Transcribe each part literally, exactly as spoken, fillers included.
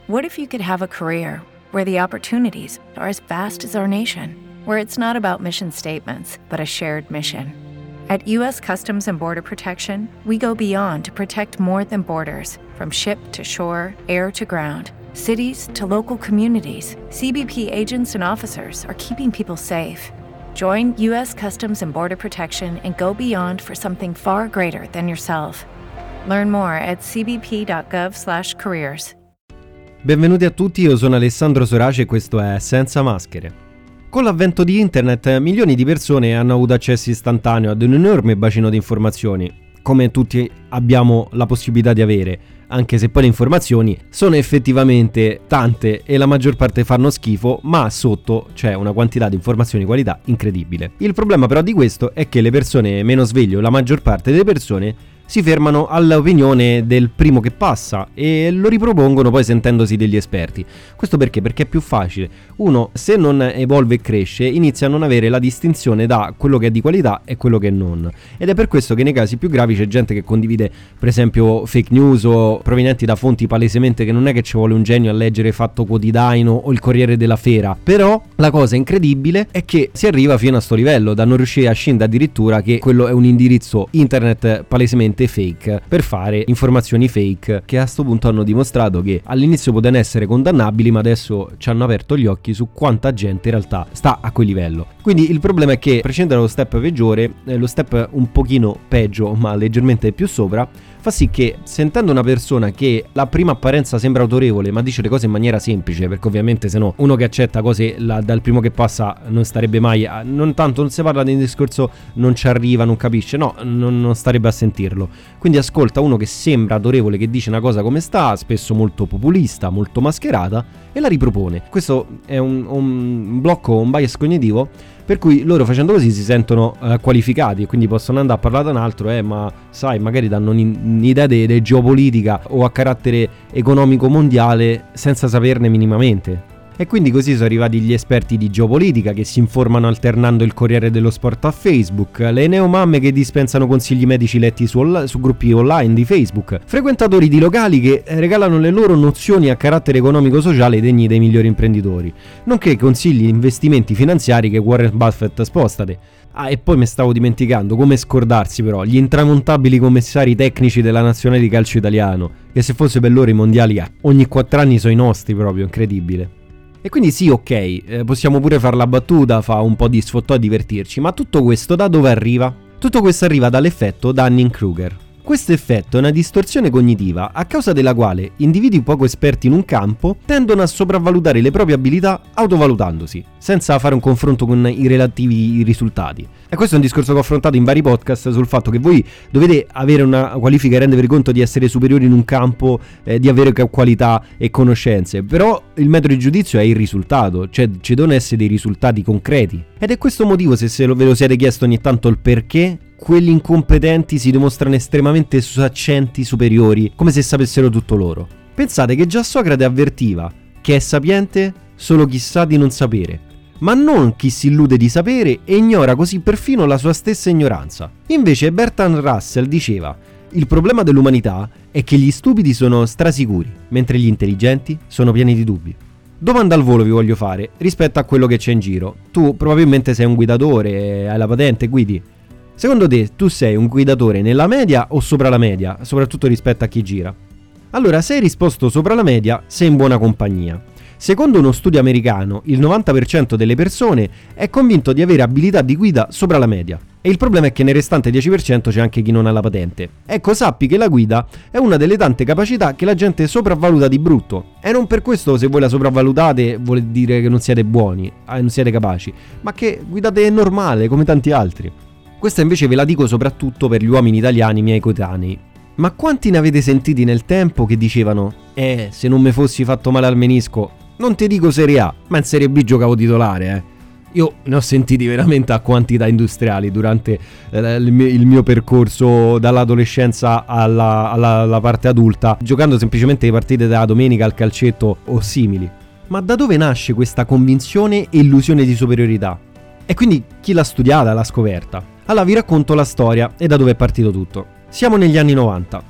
What if you could have a career where the opportunities are as vast as our nation, where it's not about mission statements, but a shared mission? At U S Customs and Border Protection, we go beyond to protect more than borders. From ship to shore, air to ground, cities to local communities, C B P agents and officers are keeping people safe. Join U S Customs and Border Protection and go beyond for something far greater than yourself. Learn more at c b p dot gov slash careers. Benvenuti a tutti, io sono Alessandro Sorace e questo è Senza Maschere. Con l'avvento di internet, milioni di persone hanno avuto accesso istantaneo ad un enorme bacino di informazioni, come tutti abbiamo la possibilità di avere, anche se poi le informazioni sono effettivamente tante e la maggior parte fanno schifo, ma sotto c'è una quantità di informazioni di qualità incredibile. Il problema però di questo è che le persone meno sveglie, o la maggior parte delle persone, si fermano all'opinione del primo che passa e lo ripropongono poi sentendosi degli esperti. Questo perché? Perché è più facile. Uno, se non evolve e cresce, inizia a non avere la distinzione da quello che è di qualità e quello che non. Ed è per questo che nei casi più gravi c'è gente che condivide, per esempio, fake news o provenienti da fonti palesemente che non è che ci vuole un genio a leggere Fatto Quotidiano o il Corriere della Sera. Però la cosa incredibile è che si arriva fino a sto livello, da non riuscire a scendere addirittura che quello è un indirizzo internet palesemente fake per fare informazioni fake che a sto punto hanno dimostrato che all'inizio potevano essere condannabili, ma adesso ci hanno aperto gli occhi su quanta gente in realtà sta a quel livello. Quindi il problema è che, prescindere dallo step peggiore, lo step un pochino peggio ma leggermente più sopra fa sì che, sentendo una persona che la prima apparenza sembra autorevole ma dice le cose in maniera semplice, perché ovviamente se no uno che accetta cose la, dal primo che passa non starebbe mai a, non tanto non si parla di un discorso non ci arriva, non capisce, no, non, non starebbe a sentirlo. Quindi ascolta uno che sembra autorevole, che dice una cosa come sta, spesso molto populista, molto mascherata, e la ripropone. Questo è un, un blocco, un bias cognitivo, per cui loro facendo così si sentono uh, qualificati e quindi possono andare a parlare da un altro, eh ma sai, magari danno un'idea di, di geopolitica o a carattere economico mondiale senza saperne minimamente. E quindi così sono arrivati gli esperti di geopolitica che si informano alternando il Corriere dello Sport a Facebook, le neomamme che dispensano consigli medici letti su, on- su gruppi online di Facebook, frequentatori di locali che regalano le loro nozioni a carattere economico-sociale degni dei migliori imprenditori, nonché consigli di investimenti finanziari che Warren Buffett spostate. Ah, e poi mi stavo dimenticando, come scordarsi però, gli intramontabili commissari tecnici della nazionale di calcio italiano, che se fosse per loro i mondiali ah, ogni quattro anni sono i nostri proprio, incredibile. E quindi sì, ok, eh, possiamo pure fare la battuta, fa un po' di sfottò e divertirci, ma tutto questo da dove arriva? Tutto questo arriva dall'effetto Dunning-Kruger. Questo effetto è una distorsione cognitiva a causa della quale individui poco esperti in un campo tendono a sopravvalutare le proprie abilità autovalutandosi, senza fare un confronto con i relativi risultati. E questo è un discorso che ho affrontato in vari podcast sul fatto che voi dovete avere una qualifica e rendervi conto di essere superiori in un campo, eh, di avere qualità e conoscenze, però il metodo di giudizio è il risultato, cioè ci devono essere dei risultati concreti. Ed è questo motivo, se, se ve lo siete chiesto ogni tanto il perché, quelli incompetenti si dimostrano estremamente saccenti, superiori, come se sapessero tutto loro. Pensate che già Socrate avvertiva che è sapiente solo chi sa di non sapere, ma non chi si illude di sapere e ignora così perfino la sua stessa ignoranza. Invece Bertrand Russell diceva: il problema dell'umanità è che gli stupidi sono strasicuri, mentre gli intelligenti sono pieni di dubbi. Domanda al volo vi voglio fare rispetto a quello che c'è in giro. Tu probabilmente sei un guidatore, hai la patente, guidi. Secondo te tu sei un guidatore nella media o sopra la media, soprattutto rispetto a chi gira? Allora, se hai risposto sopra la media, sei in buona compagnia. Secondo uno studio americano, il novanta per cento delle persone è convinto di avere abilità di guida sopra la media. E il problema è che nel restante dieci per cento c'è anche chi non ha la patente. Ecco, sappi che la guida è una delle tante capacità che la gente sopravvaluta di brutto. E non per questo, se voi la sopravvalutate, vuol dire che non siete buoni, non siete capaci, ma che guidate normale, come tanti altri. Questa invece ve la dico soprattutto per gli uomini italiani miei coetanei. Ma quanti ne avete sentiti nel tempo che dicevano Eh, se non mi fossi fatto male al menisco, non ti dico Serie A, ma in Serie B giocavo titolare, eh. Io ne ho sentiti veramente a quantità industriali durante eh, il, mio, il mio percorso dall'adolescenza alla, alla, alla parte adulta, giocando semplicemente le partite della domenica al calcetto o simili. Ma da dove nasce questa convinzione e illusione di superiorità? E quindi chi l'ha studiata l'ha scoperta. Allora vi racconto la storia e da dove è partito tutto. Siamo negli anni novanta.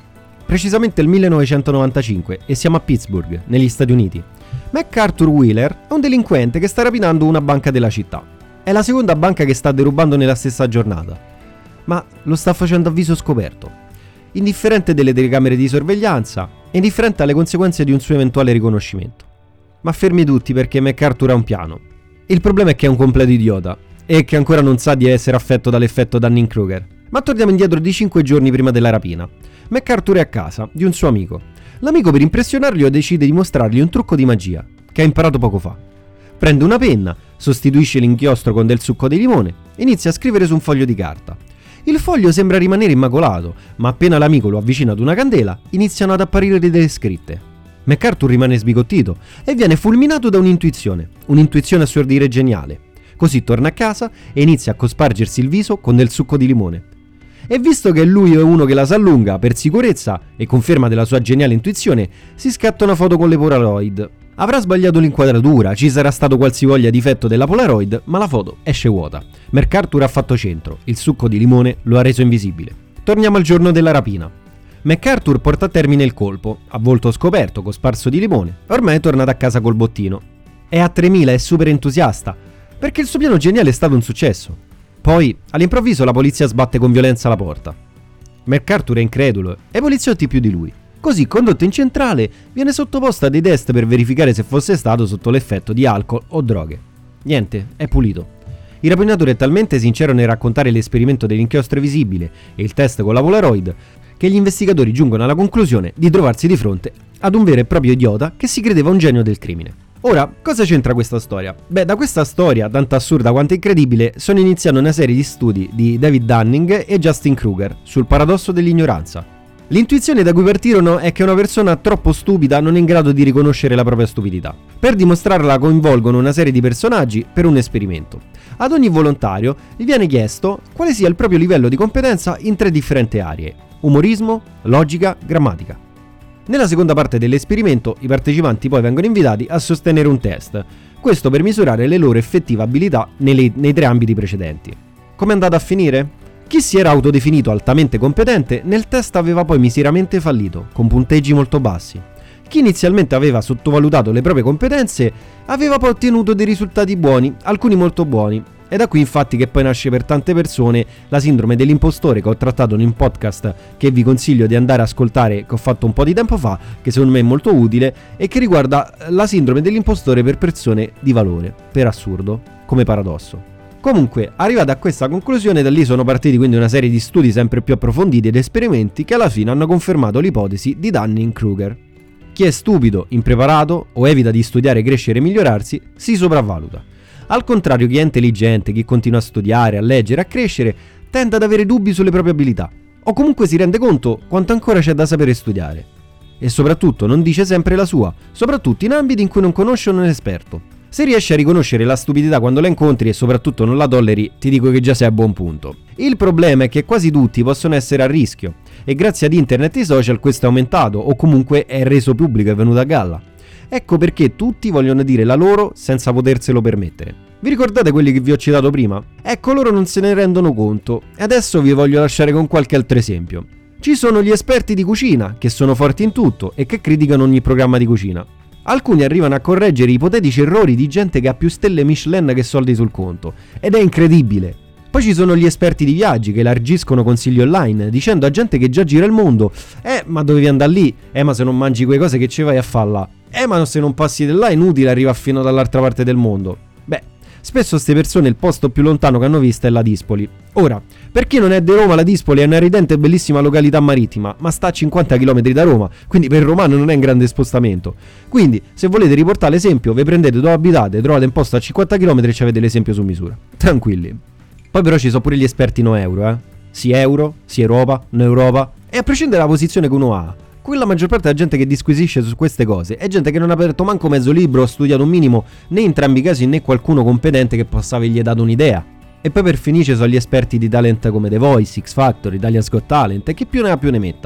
precisamente il millenovecentonovantacinque, e siamo a Pittsburgh, negli Stati Uniti. MacArthur Wheeler è un delinquente che sta rapinando una banca della città. È la seconda banca che sta derubando nella stessa giornata, ma lo sta facendo a viso scoperto, indifferente delle telecamere di sorveglianza e indifferente alle conseguenze di un suo eventuale riconoscimento. Ma fermi tutti, perché MacArthur ha un piano. Il problema è che è un completo idiota e che ancora non sa di essere affetto dall'effetto Dunning-Kruger. Ma torniamo indietro di cinque giorni prima della rapina. MacArthur è a casa di un suo amico. L'amico, per impressionarlo, decide di mostrargli un trucco di magia che ha imparato poco fa. Prende una penna, sostituisce l'inchiostro con del succo di limone e inizia a scrivere su un foglio di carta. Il foglio sembra rimanere immacolato, ma appena l'amico lo avvicina ad una candela, iniziano ad apparire delle scritte. MacArthur rimane sbigottito e viene fulminato da un'intuizione, un'intuizione a suo dire geniale. Così torna a casa e inizia a cospargersi il viso con del succo di limone. E visto che lui è uno che la sa lunga, per sicurezza e conferma della sua geniale intuizione, si scatta una foto con le Polaroid. Avrà sbagliato l'inquadratura, ci sarà stato qualsivoglia difetto della Polaroid, ma la foto esce vuota. MacArthur ha fatto centro, il succo di limone lo ha reso invisibile. Torniamo al giorno della rapina. MacArthur porta a termine il colpo, a volto scoperto, cosparso di limone. Ormai è tornato a casa col bottino. È a tremila, è super entusiasta, perché il suo piano geniale è stato un successo. Poi, all'improvviso, la polizia sbatte con violenza la porta. MacArthur è incredulo e i poliziotti più di lui. Così, condotto in centrale, viene sottoposto a dei test per verificare se fosse stato sotto l'effetto di alcol o droghe. Niente, è pulito. Il rapinatore è talmente sincero nel raccontare l'esperimento dell'inchiostro visibile e il test con la Polaroid che gli investigatori giungono alla conclusione di trovarsi di fronte ad un vero e proprio idiota che si credeva un genio del crimine. Ora, cosa c'entra questa storia? Beh, da questa storia, tanto assurda quanto incredibile, sono iniziati una serie di studi di David Dunning e Justin Kruger sul paradosso dell'ignoranza. L'intuizione da cui partirono è che una persona troppo stupida non è in grado di riconoscere la propria stupidità. Per dimostrarla coinvolgono una serie di personaggi per un esperimento. Ad ogni volontario gli viene chiesto quale sia il proprio livello di competenza in tre differenti aree: umorismo, logica, grammatica. Nella seconda parte dell'esperimento i partecipanti poi vengono invitati a sostenere un test, questo per misurare le loro effettive abilità nei, nei tre ambiti precedenti. Come è andata a finire? Chi si era autodefinito altamente competente nel test aveva poi miseramente fallito, con punteggi molto bassi. Chi inizialmente aveva sottovalutato le proprie competenze aveva poi ottenuto dei risultati buoni, alcuni molto buoni. È da qui infatti che poi nasce per tante persone la sindrome dell'impostore, che ho trattato in un podcast che vi consiglio di andare a ascoltare, che ho fatto un po' di tempo fa, che secondo me è molto utile e che riguarda la sindrome dell'impostore per persone di valore, per assurdo, come paradosso. Comunque, arrivati a questa conclusione, da lì sono partiti quindi una serie di studi sempre più approfonditi ed esperimenti che alla fine hanno confermato l'ipotesi di Dunning-Kruger. Chi è stupido, impreparato o evita di studiare, crescere e migliorarsi, si sopravvaluta. Al contrario, chi è intelligente, chi continua a studiare, a leggere, a crescere, tende ad avere dubbi sulle proprie abilità, o comunque si rende conto quanto ancora c'è da sapere studiare. E soprattutto non dice sempre la sua, soprattutto in ambiti in cui non conosce un esperto. Se riesci a riconoscere la stupidità quando la incontri e soprattutto non la tolleri, ti dico che già sei a buon punto. Il problema è che quasi tutti possono essere a rischio, e grazie ad internet e ai social questo è aumentato, o comunque è reso pubblico, è venuto a galla. Ecco perché tutti vogliono dire la loro senza poterselo permettere. Vi ricordate quelli che vi ho citato prima? Ecco, loro non se ne rendono conto, e adesso vi voglio lasciare con qualche altro esempio. Ci sono gli esperti di cucina, che sono forti in tutto e che criticano ogni programma di cucina. Alcuni arrivano a correggere ipotetici errori di gente che ha più stelle Michelin che soldi sul conto, ed è incredibile. Poi ci sono gli esperti di viaggi che elargiscono consigli online, dicendo a gente che già gira il mondo: Eh, ma dovevi andare lì? Eh, ma se non mangi quelle cose che ci vai a fare là? Eh, ma se non passi di là è inutile arrivare fino dall'altra parte del mondo. Beh, spesso queste persone il posto più lontano che hanno visto è la Dispoli. Ora, per chi non è di Roma, la Dispoli è una ridente e bellissima località marittima, ma sta a cinquanta chilometri da Roma, quindi per il romano non è un grande spostamento. Quindi, se volete riportare l'esempio, vi prendete dove abitate, trovate un posto a cinquanta chilometri e ci avete l'esempio su misura. Tranquilli. Poi però ci sono pure gli esperti no euro, eh. Sì euro, sì Europa, no Europa, e a prescindere dalla posizione che uno ha. Qui la maggior parte della gente che disquisisce su queste cose è gente che non ha aperto manco mezzo libro o studiato un minimo, né in entrambi i casi né qualcuno competente che possa avergli dato un'idea. E poi per finire sono gli esperti di talent come The Voice, X Factor, Italia's Got Talent e chi più ne ha più ne metta.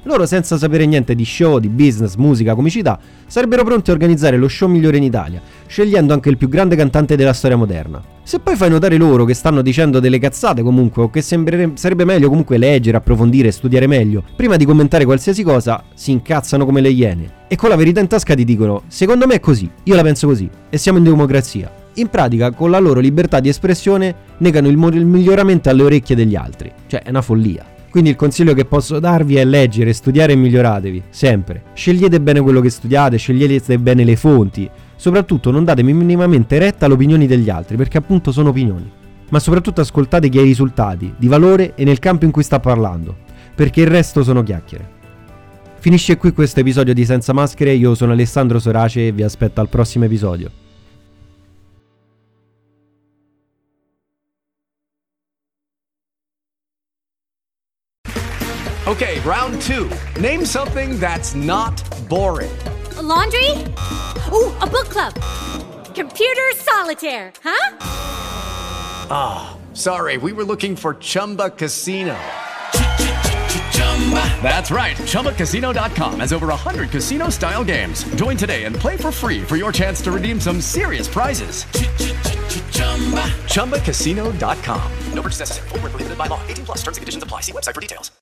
Loro, senza sapere niente di show, di business, musica, comicità, sarebbero pronti a organizzare lo show migliore in Italia, scegliendo anche il più grande cantante della storia moderna. Se poi fai notare loro che stanno dicendo delle cazzate comunque, o che sembrere- sarebbe meglio comunque leggere, approfondire, studiare meglio, prima di commentare qualsiasi cosa, si incazzano come le iene. E con la verità in tasca ti dicono: secondo me è così, io la penso così, e siamo in democrazia. In pratica, con la loro libertà di espressione, negano il, mo- il miglioramento alle orecchie degli altri. Cioè, è una follia. Quindi il consiglio che posso darvi è leggere, studiare e miglioratevi, sempre. Scegliete bene quello che studiate, scegliete bene le fonti. Soprattutto non datemi minimamente retta alle opinioni degli altri, perché appunto sono opinioni. Ma soprattutto ascoltate chi ha i risultati, di valore e nel campo in cui sta parlando, perché il resto sono chiacchiere. Finisce qui questo episodio di Senza Maschere, io sono Alessandro Sorace e vi aspetto al prossimo episodio. Okay, round two. Name something that's not boring. A laundry? Ooh, a book club. Computer solitaire, huh? Ah, oh, sorry, we were looking for Chumba Casino. That's right, Chumba Casino dot com has over one hundred casino-style games. Join today and play for free for your chance to redeem some serious prizes. Chumba Casino dot com. No purchase necessary. Void where prohibited by law. eighteen plus terms and conditions apply. See website for details.